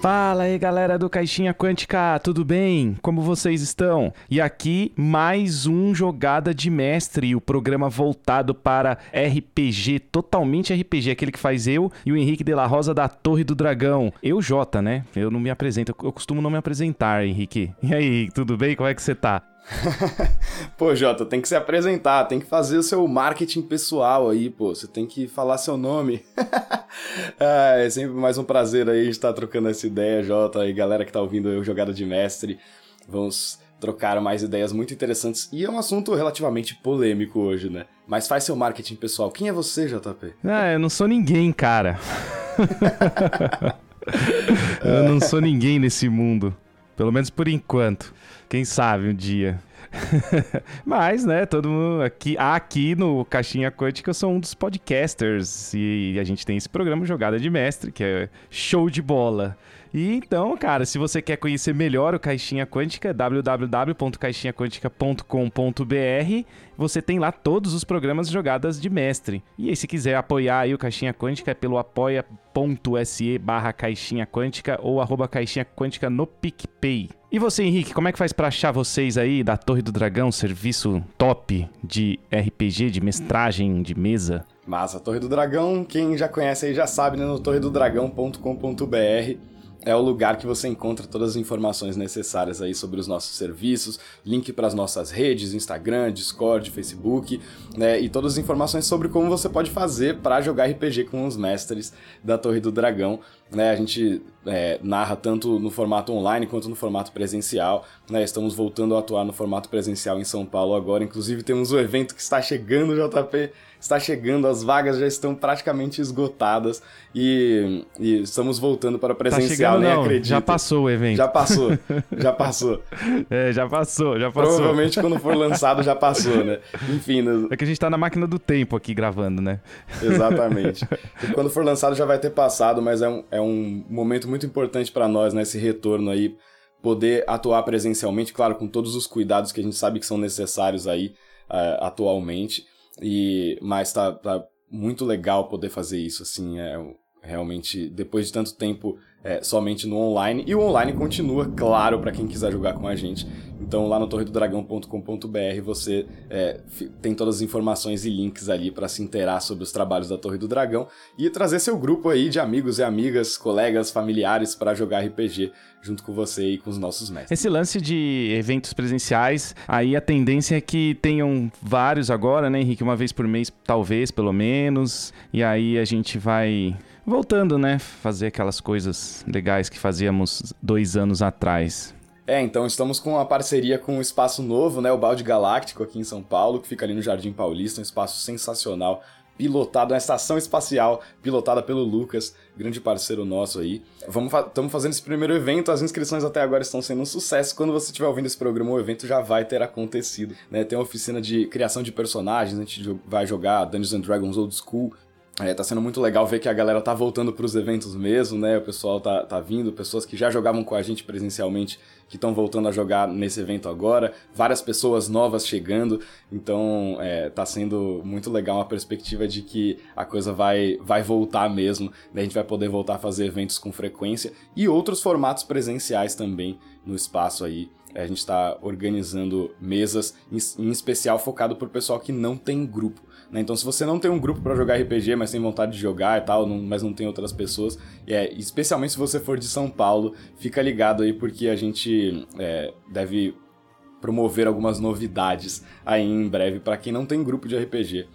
Fala aí, galera do Caixinha Quântica, tudo bem? Como vocês estão? E aqui mais um Jogada de Mestre, o programa voltado para RPG, totalmente RPG, aquele que faz eu e o Henrique de la Rosa da Torre do Dragão. Eu, Jota, né? Eu não me apresento, eu costumo não me apresentar, Henrique. E aí, Henrique, tudo bem? Como é que você tá? Pô, Jota, tem que se apresentar, tem que fazer o seu marketing pessoal aí, pô. Você tem que falar seu nome. É sempre mais um prazer aí estar trocando essa ideia, Jota, e galera que tá ouvindo eu Jogada de Mestre. Vamos trocar mais ideias muito interessantes. E é um assunto relativamente polêmico hoje, né? Mas faz seu marketing pessoal. Quem é você, JP? Eu não sou ninguém, cara. Eu não sou ninguém nesse mundo. Pelo menos por enquanto. Quem sabe um dia. Mas, né, todo mundo aqui no Caixinha Quântica eu sou um dos podcasters e a gente tem esse programa Jogada de Mestre, que é show de bola. E então, cara, se você quer conhecer melhor o Caixinha Quântica, www.caixinhaquântica.com.br, você tem lá todos os programas Jogadas de Mestre. E aí, se quiser apoiar aí o Caixinha Quântica, é pelo apoia.se/Caixinha Quântica ou @Caixinha Quântica no PicPay. E você, Henrique, como é que faz pra achar vocês aí da Torre do Dragão, serviço top de RPG, de mestragem, de mesa? Massa, Torre do Dragão, quem já conhece aí já sabe, né, no torredodragão.com.br. É o lugar que você encontra todas as informações necessárias aí sobre os nossos serviços, link para as nossas redes, Instagram, Discord, Facebook, né, e todas as informações sobre como você pode fazer para jogar RPG com os mestres da Torre do Dragão. Né, a gente narra tanto no formato online quanto no formato presencial, né, estamos voltando a atuar no formato presencial em São Paulo agora, inclusive temos um evento que está chegando, JP, está chegando, as vagas já estão praticamente esgotadas e estamos voltando para o presencial, nem acredito. Já passou o evento. Já passou. Já passou. Provavelmente quando for lançado já passou, né? Enfim. É que a gente tá na máquina do tempo aqui gravando, né? Exatamente. E quando for lançado já vai ter passado, mas é um momento muito importante para nós, né? Esse retorno aí, poder atuar presencialmente, claro, com todos os cuidados que a gente sabe que são necessários aí atualmente. Mas tá muito legal poder fazer isso, assim, realmente, depois de tanto tempo somente no online, e o online continua, claro, para quem quiser jogar com a gente. Então lá no torredodragão.com.br você tem todas as informações e links ali para se inteirar sobre os trabalhos da Torre do Dragão e trazer seu grupo aí de amigos e amigas, colegas, familiares para jogar RPG junto com você e com os nossos mestres. Esse lance de eventos presenciais, aí a tendência é que tenham vários agora, né, Henrique? Uma vez por mês, talvez, pelo menos. E aí a gente vai voltando, né? Fazer aquelas coisas legais que fazíamos 2 anos atrás. Então estamos com uma parceria com um espaço novo, né? O Balde Galáctico aqui em São Paulo, que fica ali no Jardim Paulista, um espaço sensacional, pilotado, uma estação espacial pilotada pelo Lucas, grande parceiro nosso aí. Estamos fazendo esse primeiro evento, as inscrições até agora estão sendo um sucesso. Quando você estiver ouvindo esse programa, o evento já vai ter acontecido, né? Tem uma oficina de criação de personagens, a gente vai jogar Dungeons & Dragons Old School. Tá sendo muito legal ver que a galera tá voltando pros eventos mesmo, né? O pessoal tá vindo, pessoas que já jogavam com a gente presencialmente, que estão voltando a jogar nesse evento agora, várias pessoas novas chegando, então tá sendo muito legal uma perspectiva de que a coisa vai voltar mesmo, né? A gente vai poder voltar a fazer eventos com frequência e outros formatos presenciais também no espaço aí. A gente está organizando mesas, em especial focado pro pessoal que não tem grupo, né? Então se você não tem um grupo para jogar RPG, mas tem vontade de jogar e tal, mas não tem outras pessoas, especialmente se você for de São Paulo, fica ligado aí porque a gente deve promover algumas novidades aí em breve para quem não tem grupo de RPG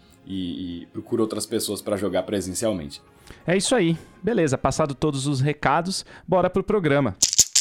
e procura outras pessoas para jogar presencialmente. É isso aí. Beleza, passado todos os recados, bora pro programa.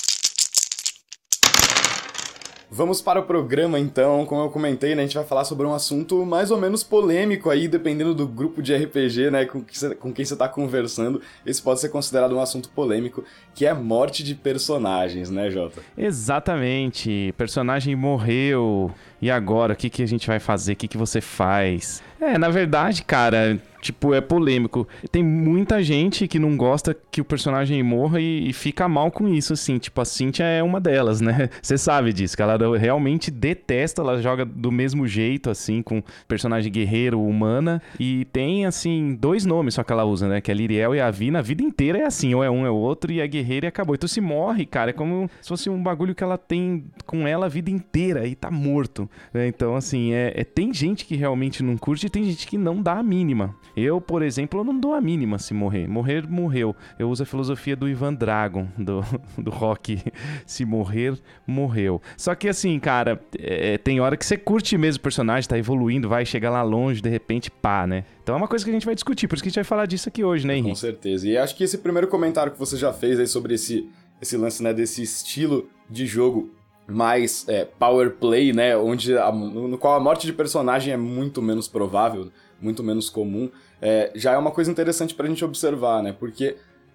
Vamos para o programa, então. Como eu comentei, né, a gente vai falar sobre um assunto mais ou menos polêmico aí, dependendo do grupo de RPG, né, com quem você está conversando. Esse pode ser considerado um assunto polêmico, que é morte de personagens, né, Jota? Exatamente. Personagem morreu, E agora, o que a gente vai fazer? O que você faz? Na verdade, cara, tipo, é polêmico. Tem muita gente que não gosta que o personagem morra e fica mal com isso, assim. Tipo, a Cynthia é uma delas, né? Você sabe disso, que ela realmente detesta, ela joga do mesmo jeito, assim, com personagem guerreiro, humana. E tem, assim, 2 nomes só que ela usa, né? Que é a Liriel e a Vina. A vida inteira é assim, ou é um, é o outro, e é guerreira e acabou. Então se morre, cara, é como se fosse um bagulho que ela tem com ela a vida inteira e tá morto, né? Então, assim, tem gente que realmente não curte e tem gente que não dá a mínima. Eu, por exemplo, eu não dou a mínima se morrer. Morrer, morreu. Eu uso a filosofia do Ivan Dragon, do rock. Se morrer, morreu. Só que assim, cara, tem hora que você curte mesmo o personagem, tá evoluindo, vai chegar lá longe, de repente, pá, né? Então é uma coisa que a gente vai discutir, por isso que a gente vai falar disso aqui hoje, né, Henrique? Com certeza. E acho que esse primeiro comentário que você já fez aí sobre esse lance, né, desse estilo de jogo mais power play, né, no qual a morte de personagem é muito menos provável, muito menos comum, já é uma coisa interessante pra gente observar, né, porque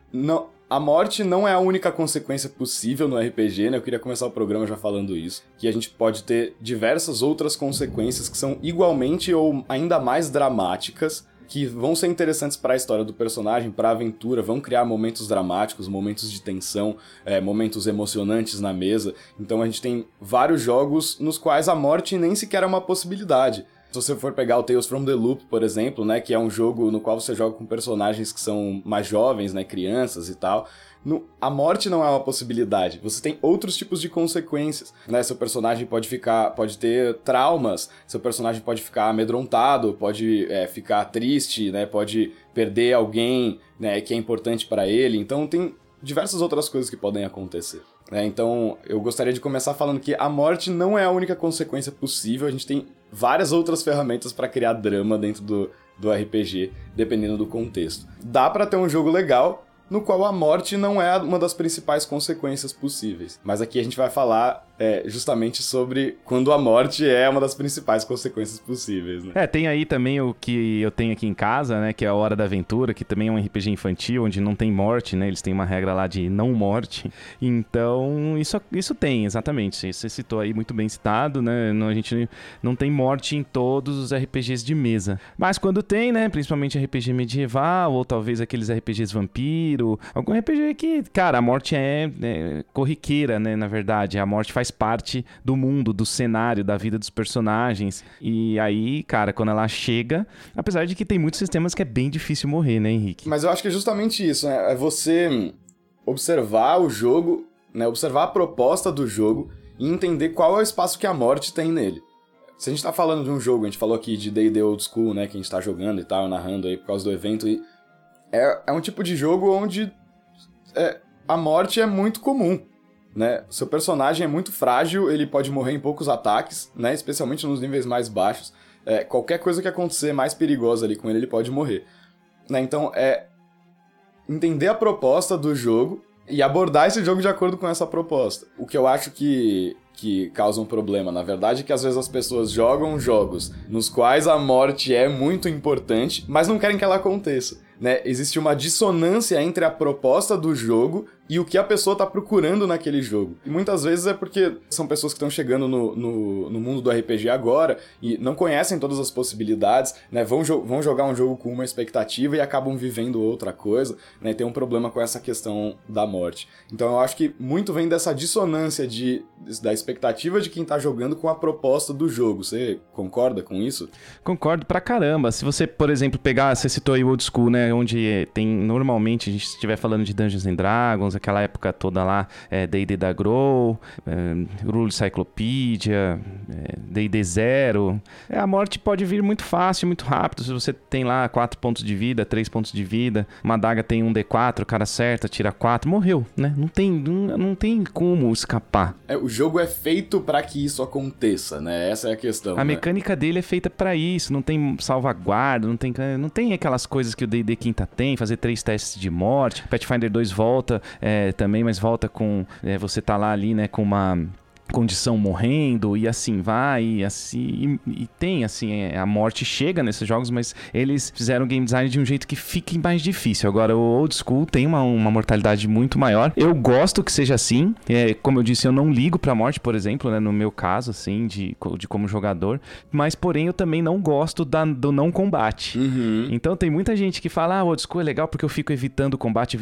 a morte não é a única consequência possível no RPG, né, eu queria começar o programa já falando isso, que a gente pode ter diversas outras consequências que são igualmente ou ainda mais dramáticas, que vão ser interessantes para a história do personagem, para a aventura, vão criar momentos dramáticos, momentos de tensão, momentos emocionantes na mesa. Então a gente tem vários jogos nos quais a morte nem sequer é uma possibilidade. Se você for pegar o Tales from the Loop, por exemplo, né, que é um jogo no qual você joga com personagens que são mais jovens, né, crianças e tal, a morte não é uma possibilidade. Você tem outros tipos de consequências, né? Seu personagem pode ter traumas, seu personagem pode ficar amedrontado, pode ficar triste, né? Pode perder alguém, né, que é importante para ele. Então tem diversas outras coisas que podem acontecer. Então eu gostaria de começar falando que a morte não é a única consequência possível. A gente tem várias outras ferramentas para criar drama dentro do RPG, dependendo do contexto. Dá para ter um jogo legal no qual a morte não é uma das principais consequências possíveis. Mas aqui a gente vai falar justamente sobre quando a morte é uma das principais consequências possíveis, né? Tem aí também o que eu tenho aqui em casa, né, que é a Hora da Aventura, que também é um RPG infantil, onde não tem morte, né, eles têm uma regra lá de não morte. Então, isso tem, exatamente. Você citou aí, muito bem citado, né, a gente não tem morte em todos os RPGs de mesa. Mas quando tem, né, principalmente RPG medieval, ou talvez aqueles RPGs vampiro, algum RPG que, cara, a morte é corriqueira, né, na verdade. A morte faz parte do mundo, do cenário, da vida dos personagens. E aí, cara, quando ela chega... Apesar de que tem muitos sistemas que é bem difícil morrer, né, Henrique? Mas eu acho que é justamente isso, né? É você observar o jogo, né? Observar a proposta do jogo e entender qual é o espaço que a morte tem nele. Se a gente tá falando de um jogo, a gente falou aqui de D&D Old School, né? Que a gente tá jogando e tal, narrando aí por causa do evento. E é um tipo de jogo onde a morte é muito comum. Né? Seu personagem é muito frágil, ele pode morrer em poucos ataques, né? Especialmente nos níveis mais baixos. Qualquer coisa que acontecer mais perigosa ali com ele pode morrer. Né? Então, entender a proposta do jogo e abordar esse jogo de acordo com essa proposta. O que eu acho que causa um problema, na verdade, é que às vezes as pessoas jogam jogos nos quais a morte é muito importante, mas não querem que ela aconteça. Né? Existe uma dissonância entre a proposta do jogo e o que a pessoa tá procurando naquele jogo. E muitas vezes é porque são pessoas que estão chegando no mundo do RPG agora e não conhecem todas as possibilidades, né? Vão jogar um jogo com uma expectativa e acabam vivendo outra coisa, né? Tem um problema com essa questão da morte. Então eu acho que muito vem dessa dissonância da expectativa de quem tá jogando com a proposta do jogo. Você concorda com isso? Concordo pra caramba. Se você, por exemplo, pegar, você citou aí o Old School, né? Onde tem, normalmente, a gente estiver falando de Dungeons and Dragons, aquela época toda lá, D&D da Grow, Rule Cyclopedia, D&D Zero. A morte pode vir muito fácil, muito rápido. Se você tem lá 4 pontos de vida, 3 pontos de vida, uma adaga tem um D4, o cara acerta, tira 4, morreu, né? Não tem como escapar. O jogo é feito pra que isso aconteça, né? Essa é a questão. A mecânica dele é feita pra isso, não tem salvaguarda, não tem aquelas coisas que o D&D Quinta tem, fazer 3 testes de morte. Pathfinder 2 volta também, mas volta com... você tá lá ali, né, com uma condição morrendo, e assim vai, e assim, e tem, assim, a morte chega nesses jogos, mas eles fizeram o game design de um jeito que fique mais difícil. Agora, o Old School tem uma mortalidade muito maior. Eu gosto que seja assim, como eu disse, eu não ligo pra morte, por exemplo, né, no meu caso, assim, de como jogador, mas, porém, eu também não gosto do não combate. Então, tem muita gente que fala, o Old School é legal porque eu fico evitando combate.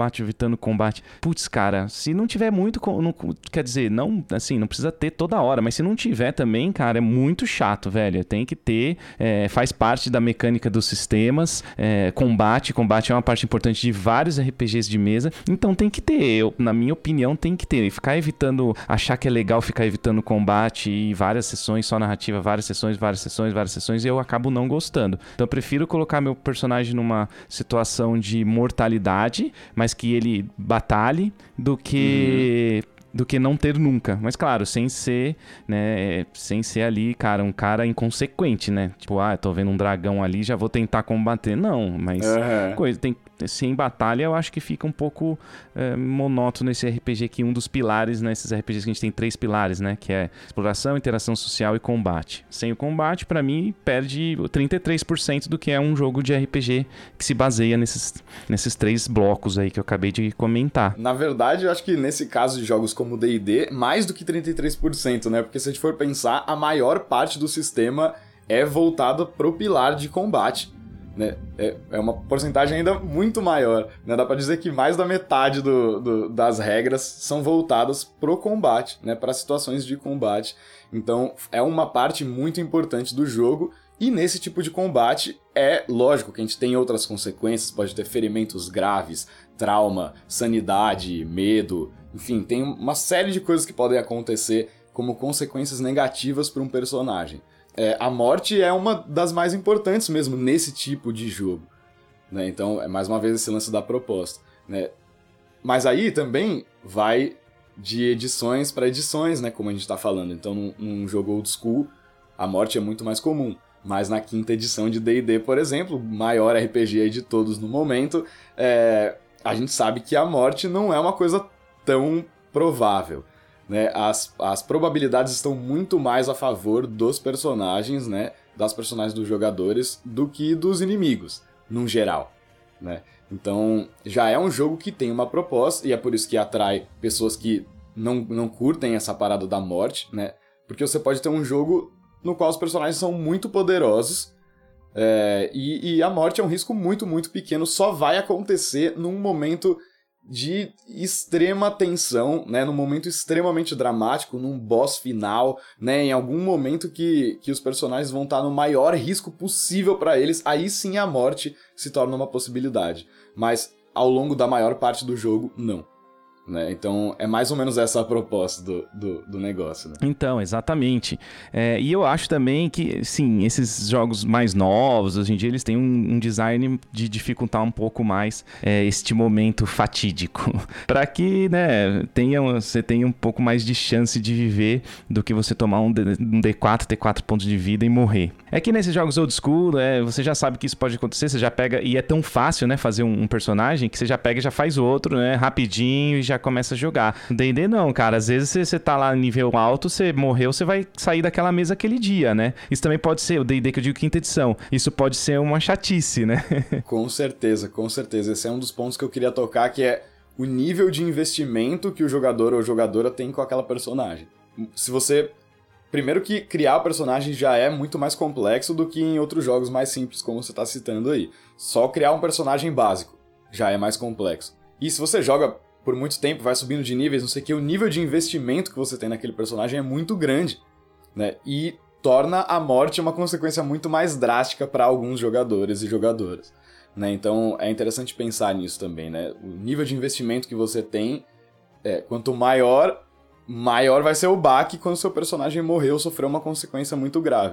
Putz, cara, se não tiver muito, quer dizer, não, assim, não precisa ter toda hora, mas se não tiver também, cara, é muito chato, velho. Tem que ter, faz parte da mecânica dos sistemas, combate é uma parte importante de vários RPGs de mesa, então tem que ter, na minha opinião, tem que ter. E ficar evitando, achar que é legal ficar evitando combate e várias sessões, só narrativa, várias sessões, eu acabo não gostando. Então eu prefiro colocar meu personagem numa situação de mortalidade, mas que ele batalhe, do que não ter nunca. Mas claro, sem ser, né, sem ser ali, cara, um cara inconsequente, né? Tipo, eu tô vendo um dragão ali, já vou tentar combater. Não, mas coisa, se em batalha, eu acho que fica um pouco monótono esse RPG aqui, um dos pilares, né? Esses RPGs que a gente tem 3 pilares, né? Que é exploração, interação social e combate. Sem o combate, pra mim, perde 33% do que é um jogo de RPG que se baseia nesses 3 blocos aí que eu acabei de comentar. Na verdade, eu acho que nesse caso de jogos como o D&D, mais do que 33%, né? Porque se a gente for pensar, a maior parte do sistema é voltada pro pilar de combate. Né? É uma porcentagem ainda muito maior, né? Dá pra dizer que mais da metade das regras são voltadas pro combate, né? Para situações de combate. Então é uma parte muito importante do jogo, e nesse tipo de combate é lógico que a gente tem outras consequências, pode ter ferimentos graves, trauma, sanidade, medo, enfim, tem uma série de coisas que podem acontecer como consequências negativas para um personagem. A morte é uma das mais importantes mesmo nesse tipo de jogo, né? Então, é mais uma vez esse lance da proposta, né? Mas aí também vai de edições para edições, né? Como a gente está falando. Então, num jogo old school, a morte é muito mais comum. Mas na 5ª edição de D&D, por exemplo, maior RPG aí de todos no momento, a gente sabe que a morte não é uma coisa tão provável. Né, as probabilidades estão muito mais a favor dos personagens, né, das personagens dos jogadores, do que dos inimigos, num geral, né? Então, já é um jogo que tem uma proposta, e é por isso que atrai pessoas que não curtem essa parada da morte, né? Porque você pode ter um jogo no qual os personagens são muito poderosos, e a morte é um risco muito, muito pequeno, só vai acontecer num momento de extrema tensão, né, num momento extremamente dramático, num boss final, né, em algum momento que os personagens vão estar no maior risco possível para eles, aí sim a morte se torna uma possibilidade. Mas ao longo da maior parte do jogo, não. Né? Então é mais ou menos essa a proposta do negócio, né? Então, exatamente. E eu acho também que, sim, esses jogos mais novos, hoje em dia, eles têm um design de dificultar um pouco mais este momento fatídico. Para que, né, você tenha um pouco mais de chance de viver do que você tomar um D4, ter 4 pontos de vida e morrer. É que nesses jogos old school, você já sabe que isso pode acontecer, você já pega, e é tão fácil, né, fazer um personagem, que você já pega e já faz outro, né, rapidinho, e já começa a jogar. No D&D não, cara, às vezes você tá lá no nível alto, você morreu, você vai sair daquela mesa aquele dia, né? Isso também pode ser, o D&D que eu digo 5ª edição, isso pode ser uma chatice, né? Com certeza, com certeza. Esse é um dos pontos que eu queria tocar, que é o nível de investimento que o jogador ou jogadora tem com aquela personagem. Se você... Primeiro que criar o personagem já é muito mais complexo do que em outros jogos mais simples, como você tá citando aí. Só criar um personagem básico já é mais complexo. E se você joga por muito tempo, vai subindo de níveis, não sei o que, o nível de investimento que você tem naquele personagem é muito grande, né? E torna a morte uma consequência muito mais drástica para alguns jogadores e jogadoras, né? Então é interessante pensar nisso também, né? O nível de investimento que você tem, quanto maior vai ser o baque quando seu personagem morreu ou sofreu uma consequência muito grave,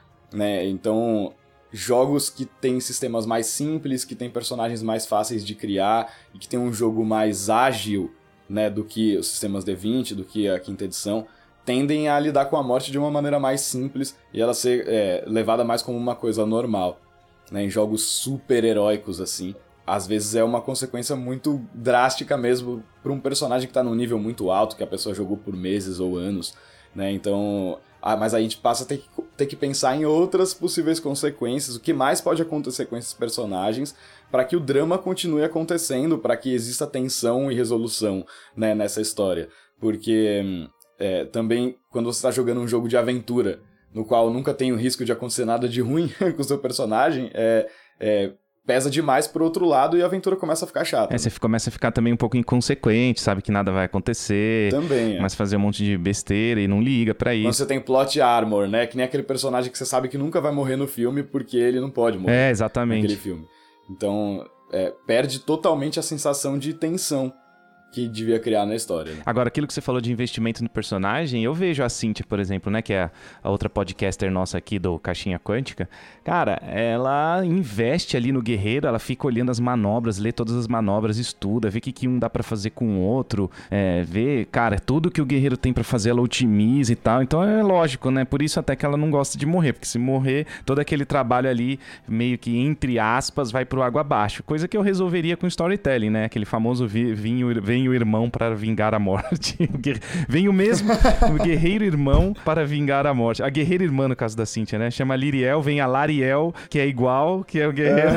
né? Então, jogos que têm sistemas mais simples, que têm personagens mais fáceis de criar e que tem um jogo mais ágil, né, do que os sistemas D20, do que a 5ª edição, tendem a lidar com a morte de uma maneira mais simples e ela ser levada mais como uma coisa normal, né? Em jogos super heróicos assim, às vezes é uma consequência muito drástica mesmo para um personagem que tá num nível muito alto, que a pessoa jogou por meses ou anos, né? Então, mas aí a gente passa a ter que pensar em outras possíveis consequências, o que mais pode acontecer com esses personagens, para que o drama continue acontecendo, para que exista tensão e resolução, né, nessa história. Porque também, quando você está jogando um jogo de aventura, no qual nunca tem o risco de acontecer nada de ruim com o seu personagem, pesa demais pro outro lado e a aventura começa a ficar chata. Você começa a ficar também um pouco inconsequente, sabe que nada vai acontecer. Também, começa a fazer um monte de besteira e não liga pra isso. Quando você tem plot armor, né? Que nem aquele personagem que você sabe que nunca vai morrer no filme porque ele não pode morrer. Exatamente. Naquele filme. Então, perde totalmente a sensação de tensão que devia criar na história. Né? Agora, aquilo que você falou de investimento no personagem, eu vejo a Cynthia, por exemplo, né, que é a outra podcaster nossa aqui do Caixinha Quântica. Cara, ela investe ali no guerreiro, ela fica olhando as manobras, lê todas as manobras, estuda, vê o que um dá pra fazer com o outro, vê, cara, tudo que o guerreiro tem pra fazer, ela otimiza e tal. Então é lógico, né? Por isso até que ela não gosta de morrer, porque se morrer, todo aquele trabalho ali, meio que entre aspas, vai pro água abaixo. Coisa que eu resolveria com storytelling, né? Aquele famoso vem o irmão para vingar a morte. Vem o mesmo o guerreiro irmão para vingar a morte. A guerreira irmã, no caso da Cynthia, né? Chama Liriel, vem a Lariel, que é igual, que é o guerreiro.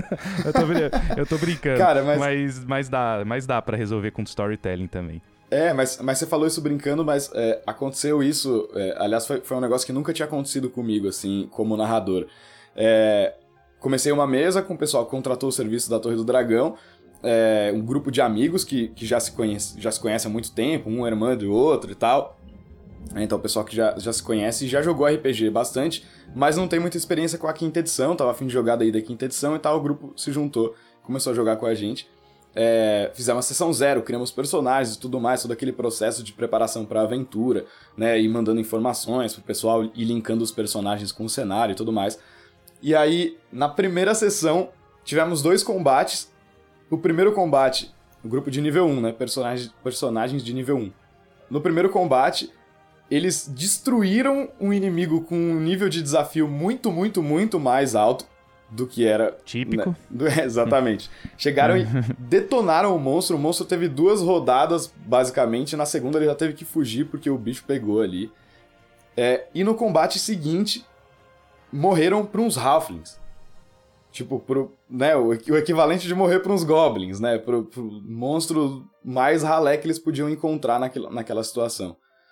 Eu tô brincando. Cara, mas dá pra resolver com storytelling também. Mas você falou isso brincando, mas aconteceu isso... aliás, foi um negócio que nunca tinha acontecido comigo, assim, como narrador. Comecei uma mesa com o pessoal que contratou o serviço da Torre do Dragão, um grupo de amigos que já se conhece há muito tempo, um é irmão do outro e tal. Então o pessoal que já se conhece já jogou RPG bastante, mas não tem muita experiência com a quinta edição, tava a fim de jogar daí da quinta edição e tal, o grupo se juntou, começou a jogar com a gente. Fizemos uma sessão 0, criamos personagens e tudo mais, todo aquele processo de preparação pra aventura, né, e mandando informações pro pessoal e linkando os personagens com o cenário e tudo mais. E aí, na primeira sessão, tivemos 2 combates. O primeiro combate, o grupo de nível 1, né? Personagens de nível 1. No primeiro combate, eles destruíram um inimigo com um nível de desafio muito, muito, muito mais alto do que era... Típico. Né? Exatamente. Chegaram e detonaram o monstro teve 2 rodadas, basicamente. Na segunda ele já teve que fugir porque o bicho pegou ali. E no combate seguinte, morreram para uns halflings. Tipo, o equivalente de morrer para uns goblins, né? Pro monstro mais ralé que eles podiam encontrar naquela situação.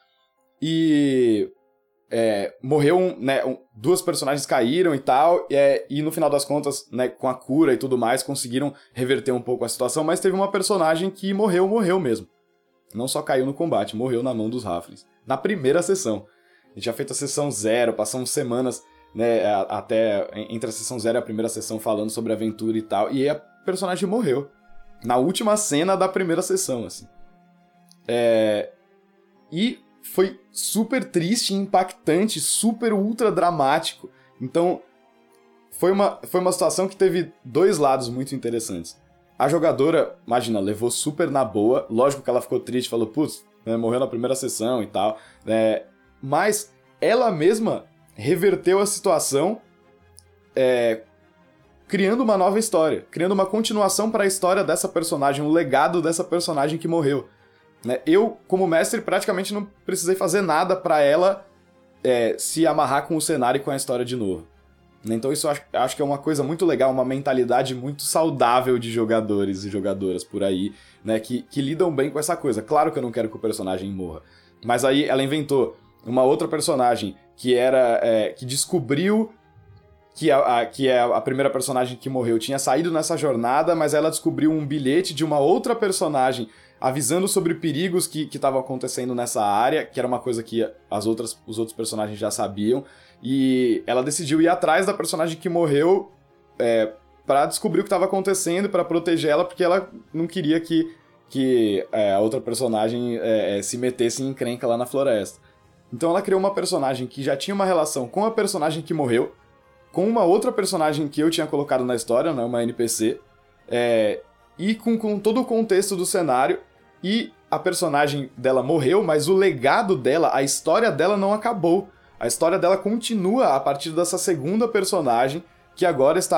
E morreu, né? 2 personagens caíram e tal, e no final das contas, né, com a cura e tudo mais, conseguiram reverter um pouco a situação, mas teve uma personagem que morreu mesmo. Não só caiu no combate, morreu na mão dos halflings. Na primeira sessão. A gente já fez a sessão 0, passamos semanas... né, até entre a sessão 0 e a primeira sessão falando sobre a aventura e tal, e a personagem morreu na última cena da primeira sessão, assim. E foi super triste, impactante, super ultra dramático. Então foi uma situação que teve 2 lados muito interessantes. A jogadora, imagina, levou super na boa, lógico que ela ficou triste, falou, putz, né, morreu na primeira sessão e tal, mas ela mesma reverteu a situação, criando uma nova história, criando uma continuação para a história dessa personagem, um legado dessa personagem que morreu. Né? Eu, como mestre, praticamente não precisei fazer nada para ela se amarrar com o cenário e com a história de novo. Então isso eu acho que é uma coisa muito legal, uma mentalidade muito saudável de jogadores e jogadoras por aí, né? que lidam bem com essa coisa. Claro que eu não quero que o personagem morra, mas aí ela inventou uma outra personagem que descobriu que a primeira personagem que morreu tinha saído nessa jornada, mas ela descobriu um bilhete de uma outra personagem avisando sobre perigos que estavam acontecendo nessa área, que era uma coisa que os outros personagens já sabiam, e ela decidiu ir atrás da personagem que morreu para descobrir o que estava acontecendo, para proteger ela, porque ela não queria que a outra personagem se metesse em encrenca lá na floresta. Então ela criou uma personagem que já tinha uma relação com a personagem que morreu, com uma outra personagem que eu tinha colocado na história, né, uma NPC, e com todo o contexto do cenário, e a personagem dela morreu, mas o legado dela, a história dela não acabou. A história dela continua a partir dessa segunda personagem, que agora está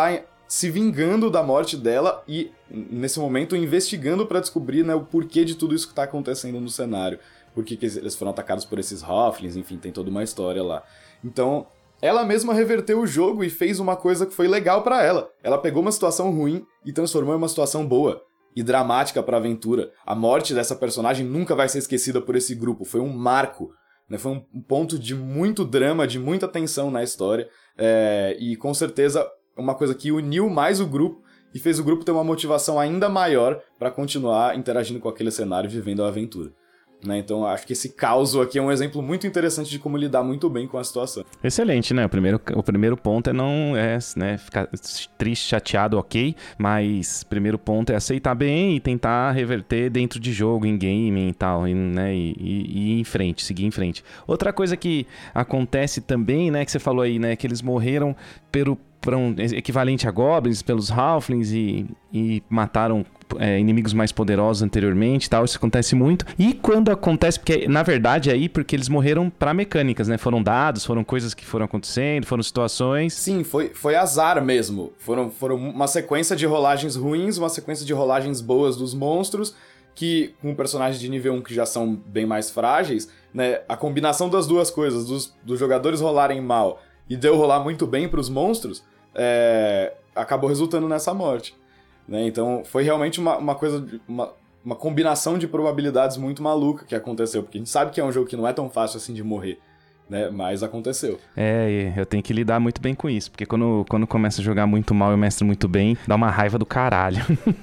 se vingando da morte dela e, nesse momento, investigando pra descobrir, né, o porquê de tudo isso que tá acontecendo no cenário. Por que eles foram atacados por esses Hofflings, enfim, tem toda uma história lá. Então, ela mesma reverteu o jogo e fez uma coisa que foi legal pra ela. Ela pegou uma situação ruim e transformou em uma situação boa e dramática pra aventura. A morte dessa personagem nunca vai ser esquecida por esse grupo. Foi um marco, né? Foi um ponto de muito drama, de muita tensão na história. E, com certeza, uma coisa que uniu mais o grupo e fez o grupo ter uma motivação ainda maior pra continuar interagindo com aquele cenário e vivendo a aventura. Né? Então, acho que esse caos aqui é um exemplo muito interessante de como lidar muito bem com a situação. Excelente, né? O primeiro ponto né, ficar triste, chateado, ok, mas o primeiro ponto é aceitar bem e tentar reverter dentro de jogo, em game e tal, né? E ir em frente, seguir em frente. Outra coisa que acontece também, né, que você falou aí, né, que eles morreram para um equivalente a goblins, pelos halflings e mataram inimigos mais poderosos anteriormente, tal, isso acontece muito. E quando acontece, porque na verdade porque eles morreram para mecânicas, né? Foram dados, foram coisas que foram acontecendo, foram situações. Sim, foi azar mesmo. Foram uma sequência de rolagens ruins, uma sequência de rolagens boas dos monstros, que com personagens de nível 1 que já são bem mais frágeis, né? A combinação das duas coisas, dos jogadores rolarem mal e deu rolar muito bem pros monstros, acabou resultando nessa morte. Né? Então foi realmente uma coisa, uma combinação de probabilidades muito maluca que aconteceu, porque a gente sabe que é um jogo que não é tão fácil assim de morrer, né? Mas aconteceu. Eu tenho que lidar muito bem com isso, porque quando começa a jogar muito mal e o mestre muito bem, dá uma raiva do caralho.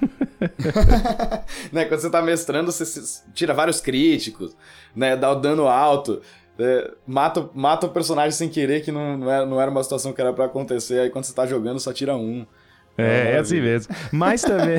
Né? Quando você tá mestrando, você tira vários críticos, né? Dá o dano alto, mata o personagem sem querer, que não era uma situação que era pra acontecer, aí quando você tá jogando só tira um. É assim mesmo. Mas também...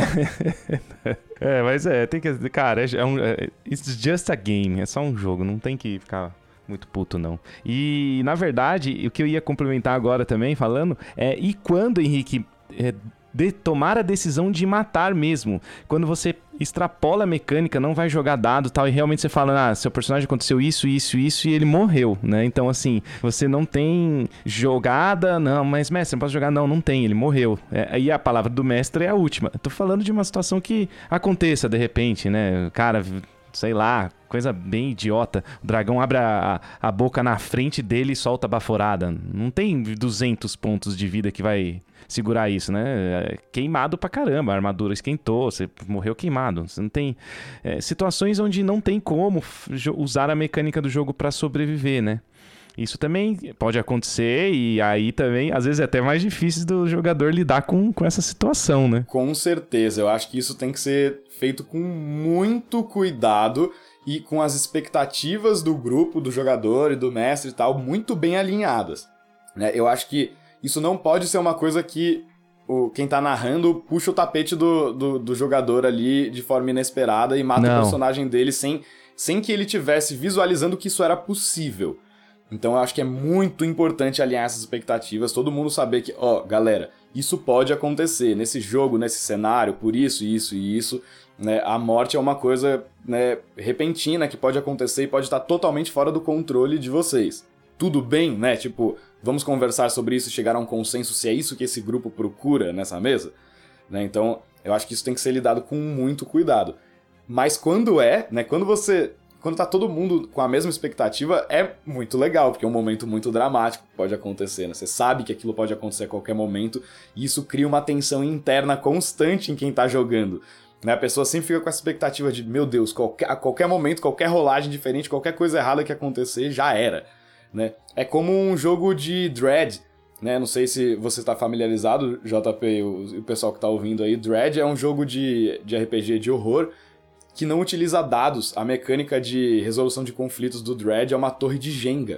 mas tem que... Cara, it's just a game. É só um jogo, não tem que ficar muito puto, não. E, na verdade, o que eu ia complementar agora também, falando, e quando, Henrique... tomar a decisão de matar mesmo. Quando você extrapola a mecânica, não vai jogar dado e tal, e realmente você fala, seu personagem aconteceu isso, e ele morreu, né? Então, assim, você não tem jogada, não, mas mestre, não posso jogar? Não tem, ele morreu. E a palavra do mestre é a última. Eu tô falando de uma situação que aconteça, de repente, né? Cara, sei lá, coisa bem idiota. O dragão abre a boca na frente dele e solta a baforada. Não tem 200 pontos de vida que vai segurar isso, né? Queimado pra caramba, a armadura esquentou, você morreu queimado. Você não tem... situações onde não tem como usar a mecânica do jogo pra sobreviver, né? Isso também pode acontecer e aí também, às vezes, é até mais difícil do jogador lidar com essa situação, né? Com certeza, eu acho que isso tem que ser feito com muito cuidado e com as expectativas do grupo, do jogador e do mestre e tal, muito bem alinhadas. Né? Eu acho que isso não pode ser uma coisa que quem tá narrando puxa o tapete do jogador ali de forma inesperada e mata o personagem dele sem que ele tivesse visualizando que isso era possível. Então eu acho que é muito importante alinhar essas expectativas, todo mundo saber que, galera, isso pode acontecer nesse jogo, nesse cenário, por isso, isso e isso, né? A morte é uma coisa, né, repentina que pode acontecer e pode estar totalmente fora do controle de vocês. Tudo bem, né? Tipo, vamos conversar sobre isso e chegar a um consenso se é isso que esse grupo procura nessa mesa, né? Então, eu acho que isso tem que ser lidado com muito cuidado. Mas quando né? Quando tá todo mundo com a mesma expectativa, é muito legal, porque é um momento muito dramático que pode acontecer, né? Você sabe que aquilo pode acontecer a qualquer momento, e isso cria uma tensão interna constante em quem tá jogando. Né? A pessoa sempre fica com essa expectativa de, meu Deus, a qualquer momento, qualquer rolagem diferente, qualquer coisa errada que acontecer, já era. Né? É como um jogo de Dread, né? Não sei se você está familiarizado, JP, e o pessoal que está ouvindo aí. Dread é um jogo de RPG de horror que não utiliza dados. A mecânica de resolução de conflitos do Dread é uma torre de Jenga.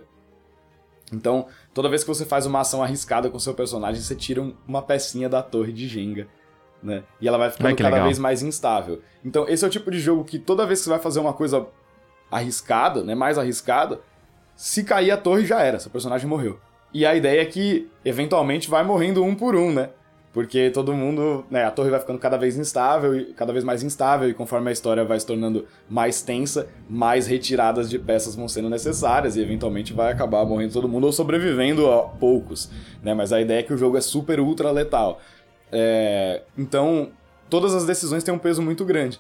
Então, toda vez que você faz uma ação arriscada com seu personagem, você tira uma pecinha da torre de Jenga. Né? E ela vai ficando cada vez mais instável. Então, esse é o tipo de jogo que toda vez que você vai fazer uma coisa arriscada, né, mais arriscada, se cair a torre, já era, seu personagem morreu. E a ideia é que, eventualmente, vai morrendo um por um, né? Porque todo mundo, né, a torre vai ficando cada vez mais instável, e conforme a história vai se tornando mais tensa, mais retiradas de peças vão sendo necessárias, e eventualmente vai acabar morrendo todo mundo, ou sobrevivendo a poucos, né? Mas a ideia é que o jogo é super ultra letal. Então, todas as decisões têm um peso muito grande.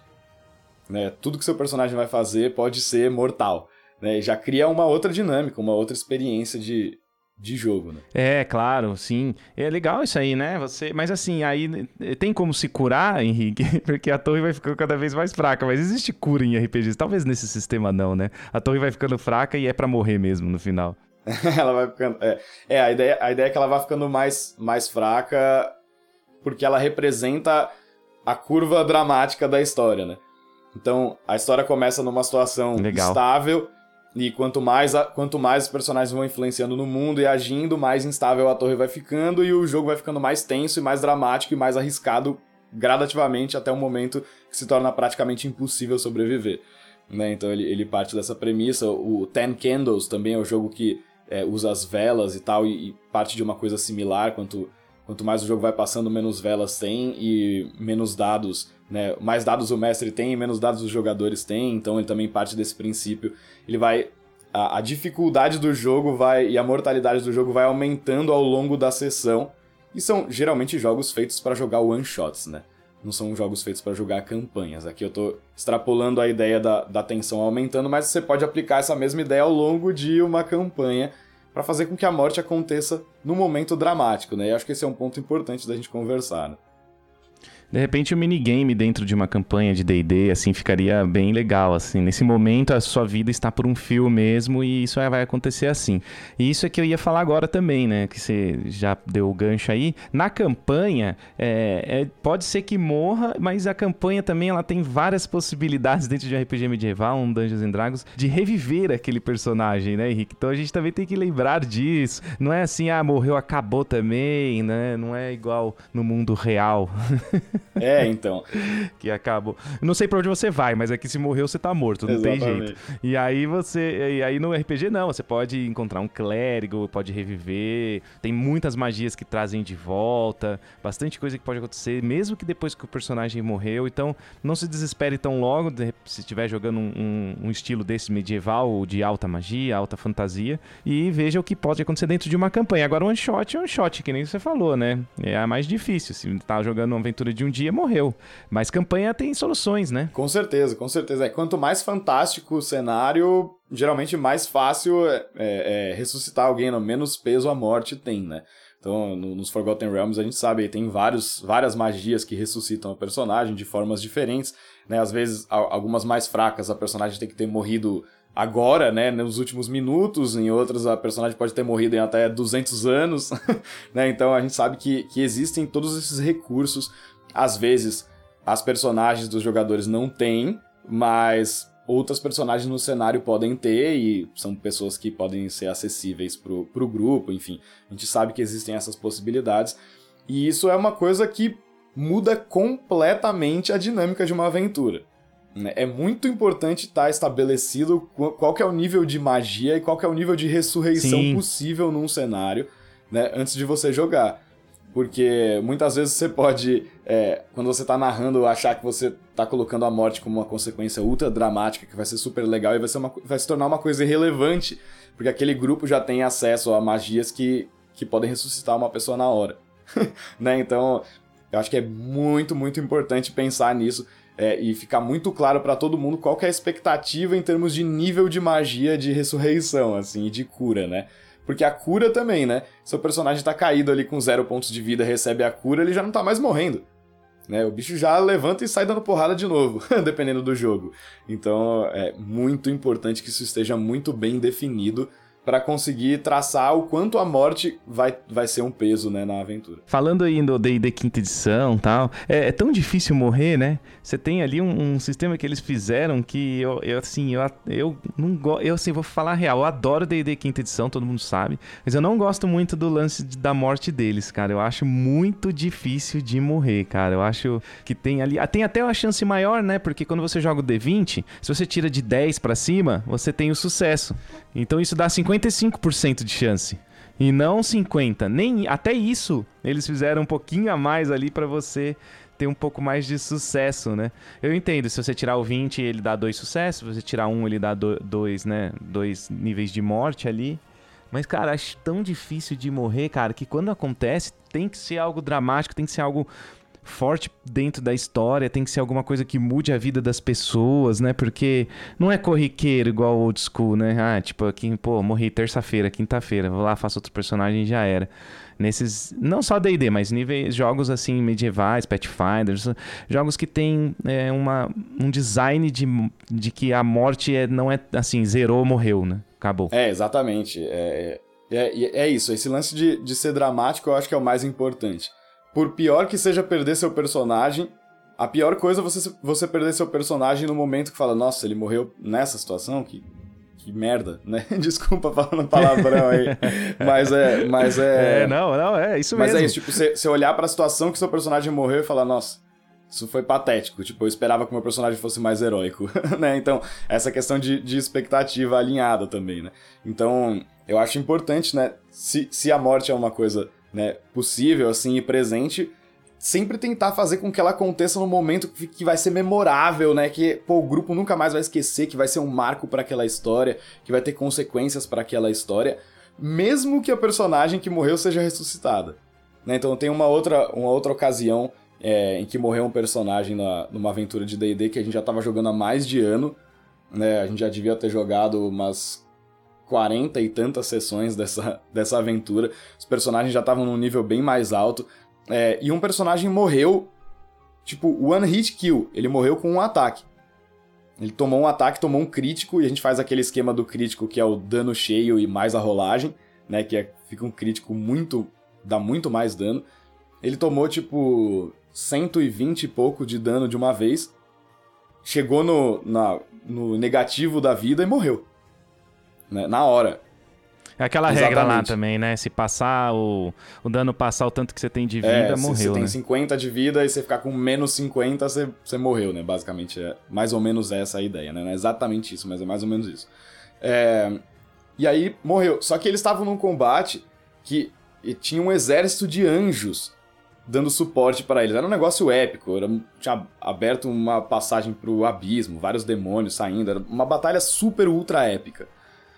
Né? Tudo que seu personagem vai fazer pode ser mortal. Né? Já cria uma outra dinâmica, uma outra experiência de jogo, né? Claro, sim. É legal isso aí, né? Mas assim, aí tem como se curar, Henrique? Porque a torre vai ficando cada vez mais fraca. Mas existe cura em RPGs? Talvez nesse sistema não, né? A torre vai ficando fraca e é pra morrer mesmo no final. Ela vai ficando... a ideia é que ela vai ficando mais fraca porque ela representa a curva dramática da história, né? Então, a história começa numa situação estável, e quanto mais os personagens vão influenciando no mundo e agindo, mais instável a torre vai ficando, e o jogo vai ficando mais tenso e mais dramático e mais arriscado gradativamente até o momento que se torna praticamente impossível sobreviver. Né? Então ele parte dessa premissa. O Ten Candles também é o jogo que usa as velas e tal, e parte de uma coisa similar. Quanto mais o jogo vai passando, menos velas tem e menos dados, né? Mais dados o mestre tem e menos dados os jogadores têm, então ele também parte desse princípio. Ele vai... A dificuldade do jogo e a mortalidade do jogo vai aumentando ao longo da sessão, e são geralmente jogos feitos para jogar one-shots, né? Não são jogos feitos para jogar campanhas. Aqui eu tô extrapolando a ideia da tensão aumentando, mas você pode aplicar essa mesma ideia ao longo de uma campanha para fazer com que a morte aconteça no momento dramático, né? E acho que esse é um ponto importante da gente conversar, né? De repente, um minigame dentro de uma campanha de D&D, assim, ficaria bem legal, assim. Nesse momento, a sua vida está por um fio mesmo e isso vai acontecer assim. E isso é que eu ia falar agora também, né? Que você já deu o gancho aí. Na campanha, pode ser que morra, mas a campanha também ela tem várias possibilidades dentro de um RPG medieval, um Dungeons and Dragons, de reviver aquele personagem, né, Henrique? Então a gente também tem que lembrar disso. Não é assim, morreu, acabou também, né? Não é igual no mundo real. Então. Que acabou. Não sei pra onde você vai, mas aqui se morreu, você tá morto, não Exatamente. tem jeito. E aí no RPG não, você pode encontrar um clérigo, pode reviver, tem muitas magias que trazem de volta, bastante coisa que pode acontecer, mesmo que depois que o personagem morreu. Então, não se desespere tão logo, se estiver jogando um estilo desse medieval, de alta magia, alta fantasia, e veja o que pode acontecer dentro de uma campanha. Agora, um one-shot, que nem você falou, né? É a mais difícil. Se tá jogando uma aventura de um dia, morreu. Mas campanha tem soluções, né? Com certeza, com certeza. Quanto mais fantástico o cenário, geralmente mais fácil ressuscitar alguém, no menos peso a morte tem, né? Então, nos Forgotten Realms, a gente sabe, tem várias magias que ressuscitam o personagem de formas diferentes, né? Às vezes, algumas mais fracas, a personagem tem que ter morrido agora, né, nos últimos minutos, em outras a personagem pode ter morrido em até 200 anos, né? Então a gente sabe que existem todos esses recursos. Às vezes, as personagens dos jogadores não têm, mas outras personagens no cenário podem ter, e são pessoas que podem ser acessíveis pro grupo, enfim. A gente sabe que existem essas possibilidades, e isso é uma coisa que muda completamente a dinâmica de uma aventura. É muito importante estar estabelecido qual que é o nível de magia e qual que é o nível de ressurreição possível num cenário, né, antes de você jogar. Porque muitas vezes você pode, quando você tá narrando, achar que você tá colocando a morte como uma consequência ultra dramática, que vai ser super legal e vai se tornar uma coisa irrelevante, porque aquele grupo já tem acesso a magias que podem ressuscitar uma pessoa na hora. Né? Então, eu acho que é muito, muito importante pensar nisso e ficar muito claro pra todo mundo qual que é a expectativa em termos de nível de magia de ressurreição, assim, e de cura, né? Porque a cura também, né? Seu personagem tá caído ali com 0 pontos de vida, recebe a cura, ele já não tá mais morrendo. Né? O bicho já levanta e sai dando porrada de novo, dependendo do jogo. Então é muito importante que isso esteja muito bem definido para conseguir traçar o quanto a morte vai ser um peso, né, na aventura. Falando aí do D&D quinta edição e tal, é tão difícil morrer, né? Você tem ali um sistema que eles fizeram que eu não gosto, eu assim, vou falar a real, eu adoro D&D quinta edição, todo mundo sabe, mas eu não gosto muito do lance da morte deles, cara. Eu acho muito difícil de morrer, cara. Eu acho que tem ali, tem até uma chance maior, né? Porque quando você joga o D20, se você tira de 10 pra cima, você tem o sucesso. Então isso dá 55% de chance. E não 50%. Até isso, eles fizeram um pouquinho a mais ali pra você ter um pouco mais de sucesso, né? Eu entendo, se você tirar o 20, ele dá 2 sucessos. Se você tirar 1, ele dá 2, né? 2 níveis de morte ali. Mas, cara, acho tão difícil de morrer, cara, que quando acontece, tem que ser algo dramático, tem que ser algo forte dentro da história, tem que ser alguma coisa que mude a vida das pessoas, né? Porque não é corriqueiro igual old school, né? Ah, tipo, aqui, pô, morri terça-feira, quinta-feira, vou lá, faço outro personagem e já era. Nesses, não só D&D, mas níveis, jogos assim, medievais, Pathfinders, jogos que tem um design de que a morte não é assim, zerou, morreu, né? Acabou. Exatamente. É isso. Esse lance de ser dramático eu acho que é o mais importante. Por pior que seja perder seu personagem, a pior coisa é você perder seu personagem no momento que fala, nossa, ele morreu nessa situação? Que merda, né? Desculpa falando palavrão aí. Mas é isso mesmo. Mas é isso, tipo, você olhar pra situação que seu personagem morreu e falar, nossa, isso foi patético. Tipo, eu esperava que o meu personagem fosse mais heróico, né? Então, essa questão de expectativa alinhada também, né? Então, eu acho importante, né? Se a morte é uma coisa, né, possível, assim, e presente, sempre tentar fazer com que ela aconteça no momento que vai ser memorável, né? Que, pô, o grupo nunca mais vai esquecer, que vai ser um marco pra aquela história, que vai ter consequências pra aquela história, mesmo que a personagem que morreu seja ressuscitada, né? Então, tem uma outra ocasião em que morreu um personagem numa aventura de D&D que a gente já tava jogando há mais de ano, né? A gente já devia ter jogado umas 40 e tantas sessões dessa aventura. Os personagens já estavam num nível bem mais alto. E um personagem morreu, tipo, one hit kill. Ele morreu com um ataque. Ele tomou um ataque, tomou um crítico, e a gente faz aquele esquema do crítico que é o dano cheio e mais a rolagem, né? Que fica um crítico dá muito mais dano. Ele tomou, tipo, 120 e pouco de dano de uma vez. Chegou no negativo da vida e morreu. Né? Na hora. É aquela regra lá também, né? Se passar o dano passar o tanto que você tem de vida, morreu, se você tem né? 50 de vida e você ficar com menos 50, você morreu, né? Basicamente é mais ou menos essa a ideia, né? Não é exatamente isso, mas é mais ou menos isso. E aí morreu. Só que eles estavam num combate que tinha um exército de anjos dando suporte pra eles. Era um negócio épico. Tinha aberto uma passagem pro abismo, vários demônios saindo. Era uma batalha super ultra épica.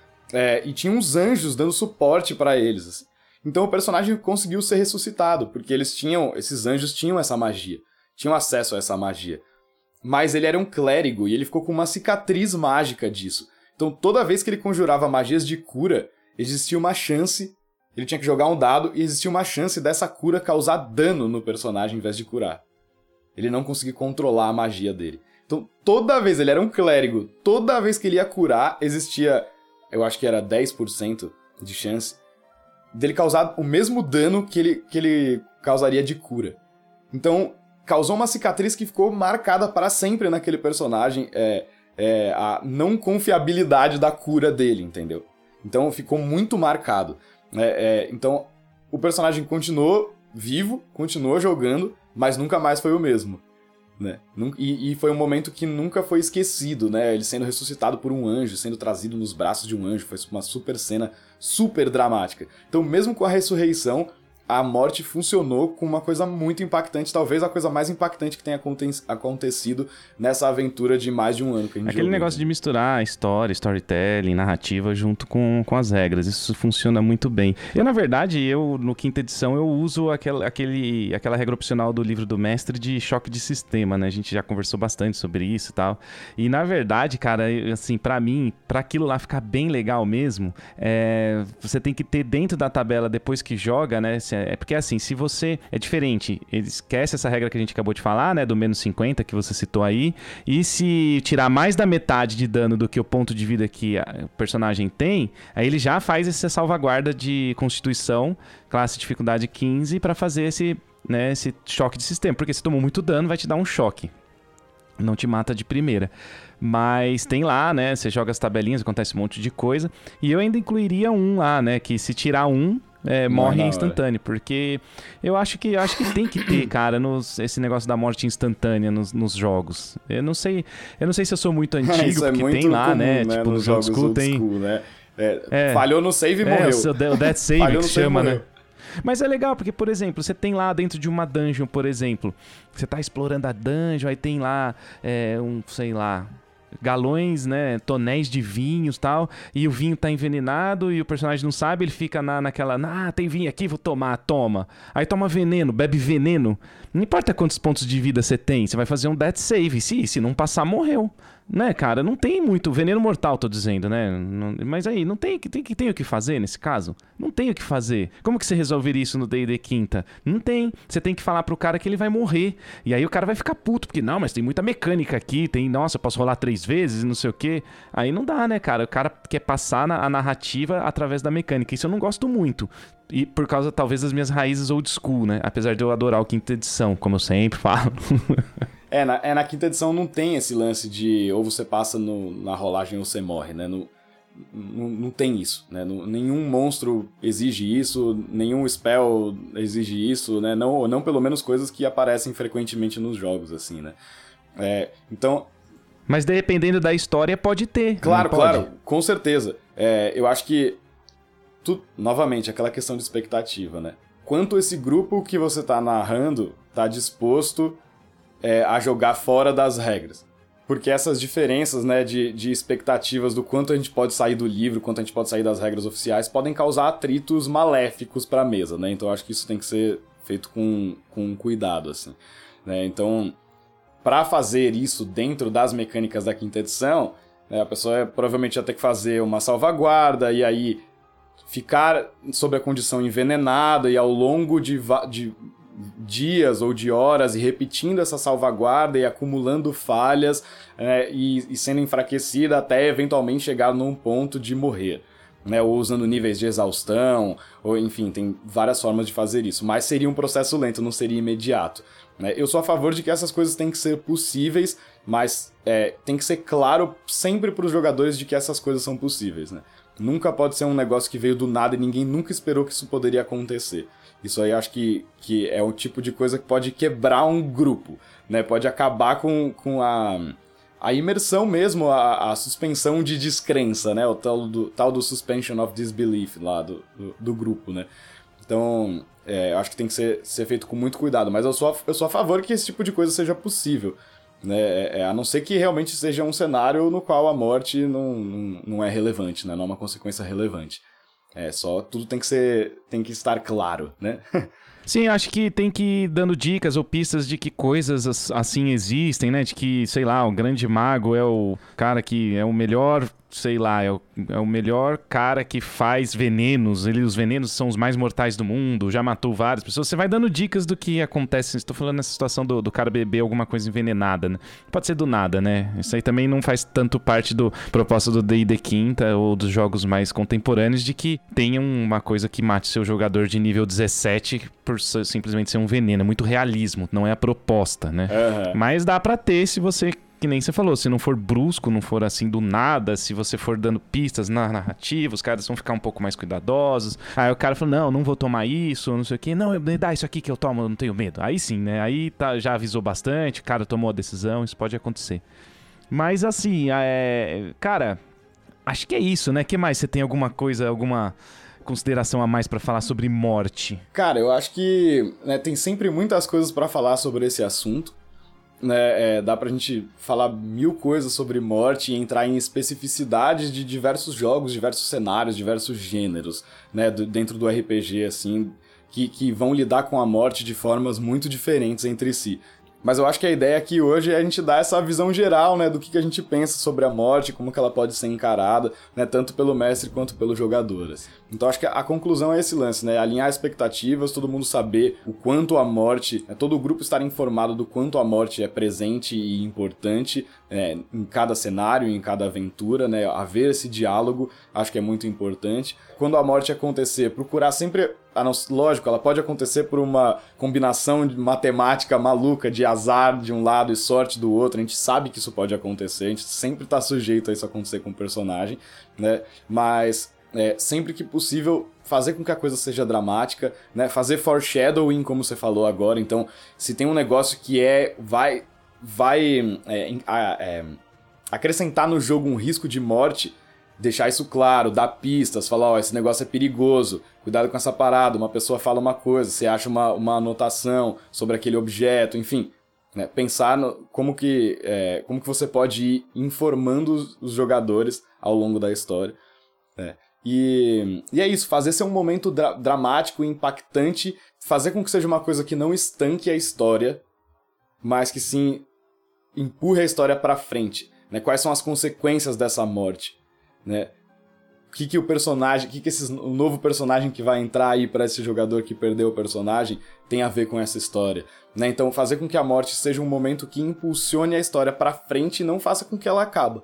E tinha uns anjos dando suporte pra eles. Assim. Então o personagem conseguiu ser ressuscitado, porque esses anjos tinham essa magia. Tinham acesso a essa magia. Mas ele era um clérigo e ele ficou com uma cicatriz mágica disso. Então toda vez que ele conjurava magias de cura, existia uma chance. Ele tinha que jogar um dado e existia uma chance dessa cura causar dano no personagem em vez de curar. Ele não conseguia controlar a magia dele. Então toda vez, ele era um clérigo, toda vez que ele ia curar, existia... Eu acho que era 10% de chance dele causar o mesmo dano que ele causaria de cura. Então, causou uma cicatriz que ficou marcada para sempre naquele personagem, a não confiabilidade da cura dele, entendeu? Então, ficou muito marcado. Então, o personagem continuou vivo, continuou jogando, mas nunca mais foi o mesmo. Né? E foi um momento que nunca foi esquecido, né? Ele sendo ressuscitado por um anjo, sendo trazido nos braços de um anjo, foi uma super cena, super dramática. Então, mesmo com a ressurreição, a morte funcionou com uma coisa muito impactante, talvez a coisa mais impactante que tenha acontecido nessa aventura de mais de um ano que a gente Aquele jogou, negócio né? de misturar história, storytelling, narrativa junto com as regras, isso funciona muito bem. Na verdade, no quinta edição, eu uso aquela regra opcional do livro do mestre de choque de sistema, né? A gente já conversou bastante sobre isso e tal. E, na verdade, cara, assim, pra mim, pra aquilo lá ficar bem legal mesmo, você tem que ter dentro da tabela, depois que joga, né? Porque assim, se você... É diferente, ele esquece essa regra que a gente acabou de falar, né? Do menos 50 que você citou aí. E se tirar mais da metade de dano do que o ponto de vida que o personagem tem, aí ele já faz essa salvaguarda de constituição, classe dificuldade 15, pra fazer esse choque de sistema. Porque se tomou muito dano, vai te dar um choque. Não te mata de primeira. Mas tem lá, né? Você joga as tabelinhas, acontece um monte de coisa. E eu ainda incluiria um lá, né? Que se tirar um... morre instantâneo, porque eu acho que tem que ter, cara, esse negócio da morte instantânea nos jogos. Eu não sei se eu sou muito antigo, Isso porque muito tem lá, comum, né? Tipo, nos jogos old school tem... né? Falhou no save e morreu. O death save Falhou que no save chama, morreu. né? Mas é legal, porque, por exemplo, você tem lá dentro de uma dungeon, por exemplo, você tá explorando a dungeon, aí tem lá sei lá, galões, né, tonéis de vinhos e tal, e o vinho tá envenenado e o personagem não sabe, ele fica naquela, tem vinho aqui, vou tomar, toma. Aí toma veneno, bebe veneno. Não importa quantos pontos de vida você tem, você vai fazer um death save. Se não passar, morreu. Né, cara? Não tem muito veneno mortal, tô dizendo, né? Mas aí, não tem o que fazer nesse caso? Não tem o que fazer. Como que você resolveria isso no D&D Quinta? Não tem. Você tem que falar pro cara que ele vai morrer. E aí o cara vai ficar puto, porque não, mas tem muita mecânica aqui, nossa, eu posso rolar 3 vezes e não sei o quê. Aí não dá, né, cara? O cara quer passar a narrativa através da mecânica. Isso eu não gosto muito. E por causa, talvez, das minhas raízes old school, né? Apesar de eu adorar o Quinta Edição, como eu sempre falo. Na quinta edição não tem esse lance de ou você passa na rolagem ou você morre, né? Não tem isso, né? Nenhum monstro exige isso, nenhum spell exige isso, né? Não pelo menos coisas que aparecem frequentemente nos jogos, assim, né? Então... Mas dependendo da história pode ter. Claro, com certeza. Eu acho que, novamente, aquela questão de expectativa, né? Quanto esse grupo que você tá narrando tá disposto... a jogar fora das regras. Porque essas diferenças, né, de expectativas do quanto a gente pode sair do livro, quanto a gente pode sair das regras oficiais, podem causar atritos maléficos para a mesa, né? Então eu acho que isso tem que ser feito com cuidado, assim. Né? Então, para fazer isso dentro das mecânicas da quinta edição, né, a pessoa provavelmente ia ter que fazer uma salvaguarda e aí ficar sob a condição envenenada e ao longo de dias ou de horas e repetindo essa salvaguarda e acumulando falhas e sendo enfraquecida até eventualmente chegar num ponto de morrer, né? Ou usando níveis de exaustão, ou enfim, tem várias formas de fazer isso, mas seria um processo lento, não seria imediato, né? Eu sou a favor de que essas coisas têm que ser possíveis, mas tem que ser claro sempre para os jogadores de que essas coisas são possíveis, né? Nunca pode ser um negócio que veio do nada e ninguém nunca esperou que isso poderia acontecer. Isso aí acho que é o tipo de coisa que pode quebrar um grupo, né? Pode acabar com a imersão mesmo, a suspensão de descrença, né? O tal do suspension of disbelief lá do grupo, né? Então, acho que tem que ser feito com muito cuidado. Mas eu sou a favor que esse tipo de coisa seja possível, né? A não ser que realmente seja um cenário no qual a morte não é relevante, né? Não é uma consequência relevante. Só tudo tem que estar claro, né? Sim, acho que tem que ir dando dicas ou pistas de que coisas assim existem, né? De que, sei lá, o grande mago é o cara que é o melhor, sei lá, é o melhor cara que faz venenos. Os venenos são os mais mortais do mundo, já matou várias pessoas. Você vai dando dicas do que acontece. Estou falando nessa situação do cara beber alguma coisa envenenada, né? Pode ser do nada, né? Isso aí também não faz tanto parte do propósito do D&D Quinta ou dos jogos mais contemporâneos de que tenha uma coisa que mate seu jogador de nível 17 por simplesmente ser um veneno. É muito realismo, não é a proposta, né? Uhum. Mas dá pra ter se você... Que nem você falou, se não for brusco, não for assim do nada, se você for dando pistas na narrativa, os caras vão ficar um pouco mais cuidadosos. Aí o cara falou, não vou tomar isso, não sei o quê. Não, me dá isso aqui que eu tomo, eu não tenho medo. Aí sim, né? Aí já avisou bastante, o cara tomou a decisão, isso pode acontecer. Mas assim, cara, acho que é isso, né? O que mais? Você tem alguma consideração a mais pra falar sobre morte? Cara, eu acho que tem sempre muitas coisas pra falar sobre esse assunto. Né, dá pra gente falar 1000 coisas sobre morte e entrar em especificidades de diversos jogos, diversos cenários, diversos gêneros, né, dentro do RPG, assim, que vão lidar com a morte de formas muito diferentes entre si. Mas eu acho que a ideia aqui hoje é a gente dar essa visão geral, né, do que a gente pensa sobre a morte, como que ela pode ser encarada, né, tanto pelo mestre quanto pelo jogador. Assim. Então acho que a conclusão é esse lance, né, alinhar expectativas, todo mundo saber o quanto a morte, todo o grupo estar informado do quanto a morte é presente e importante em cada cenário, em cada aventura, né, haver esse diálogo, acho que é muito importante. Quando a morte acontecer, procurar sempre... Lógico, ela pode acontecer por uma combinação de matemática maluca, de azar de um lado e sorte do outro. A gente sabe que isso pode acontecer, a gente sempre está sujeito a isso acontecer com o personagem, né? Mas sempre que possível, fazer com que a coisa seja dramática, né? Fazer foreshadowing, como você falou agora. Então, se tem um negócio que vai acrescentar no jogo um risco de morte, deixar isso claro, dar pistas, falar, esse negócio é perigoso, cuidado com essa parada, uma pessoa fala uma coisa, você acha uma anotação sobre aquele objeto, enfim, né? Pensar como que você pode ir informando os jogadores ao longo da história, né? E é isso, fazer ser um momento dramático, impactante, fazer com que seja uma coisa que não estanque a história, mas que sim empurre a história pra frente, né? Quais são as consequências dessa morte, né? O que o novo personagem que vai entrar aí pra esse jogador que perdeu o personagem tem a ver com essa história, né? Então fazer com que a morte seja um momento que impulsione a história pra frente e não faça com que ela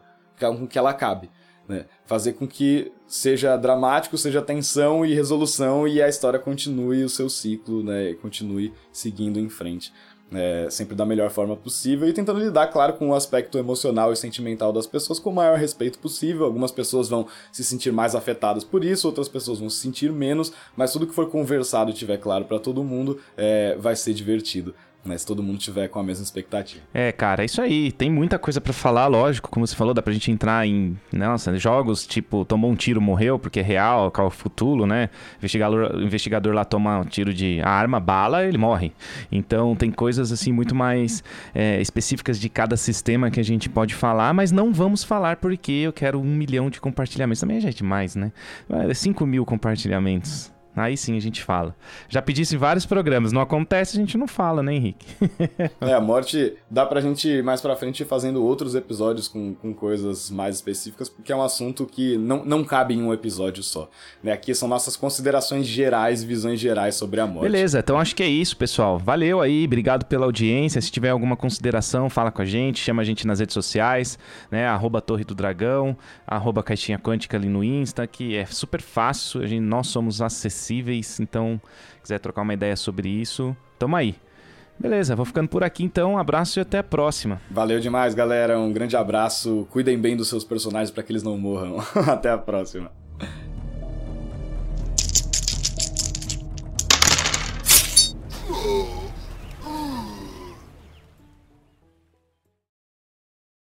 acabe, né? Fazer com que seja dramático, seja tensão e resolução e a história continue o seu ciclo, né? E continue seguindo em frente. Sempre da melhor forma possível e tentando lidar, claro, com o aspecto emocional e sentimental das pessoas com o maior respeito possível. Algumas pessoas vão se sentir mais afetadas por isso, outras pessoas vão se sentir menos, mas tudo que for conversado e tiver claro pra todo mundo vai ser divertido, né, se todo mundo tiver com a mesma expectativa. Cara, é isso aí. Tem muita coisa pra falar, lógico. Como você falou, dá pra gente entrar em jogos tipo tomou um tiro, morreu, porque é real, Call of Cthulhu, né? O investigador lá toma um tiro de arma, bala, ele morre. Então tem coisas assim muito mais específicas de cada sistema que a gente pode falar, mas não vamos falar porque eu quero 1 milhão de compartilhamentos. Também já é demais, né? 5 mil compartilhamentos. Aí sim a gente fala. Já pedi isso em vários programas. Não acontece, a gente não fala, né, Henrique? A morte dá pra gente mais pra frente ir fazendo outros episódios com coisas mais específicas, porque é um assunto que não cabe em um episódio só, né? Aqui são nossas considerações gerais, visões gerais sobre a morte. Beleza, então acho que é isso, pessoal. Valeu aí, obrigado pela audiência. Se tiver alguma consideração, fala com a gente, chama a gente nas redes sociais, né? @Torre do Dragão, @Caixinha Quântica ali no Insta, que é super fácil, nós somos acessíveis. Então, quiser trocar uma ideia sobre isso, tamo aí. Beleza, vou ficando por aqui então. Um abraço e até a próxima. Valeu demais, galera. Um grande abraço. Cuidem bem dos seus personagens para que eles não morram. Até a próxima.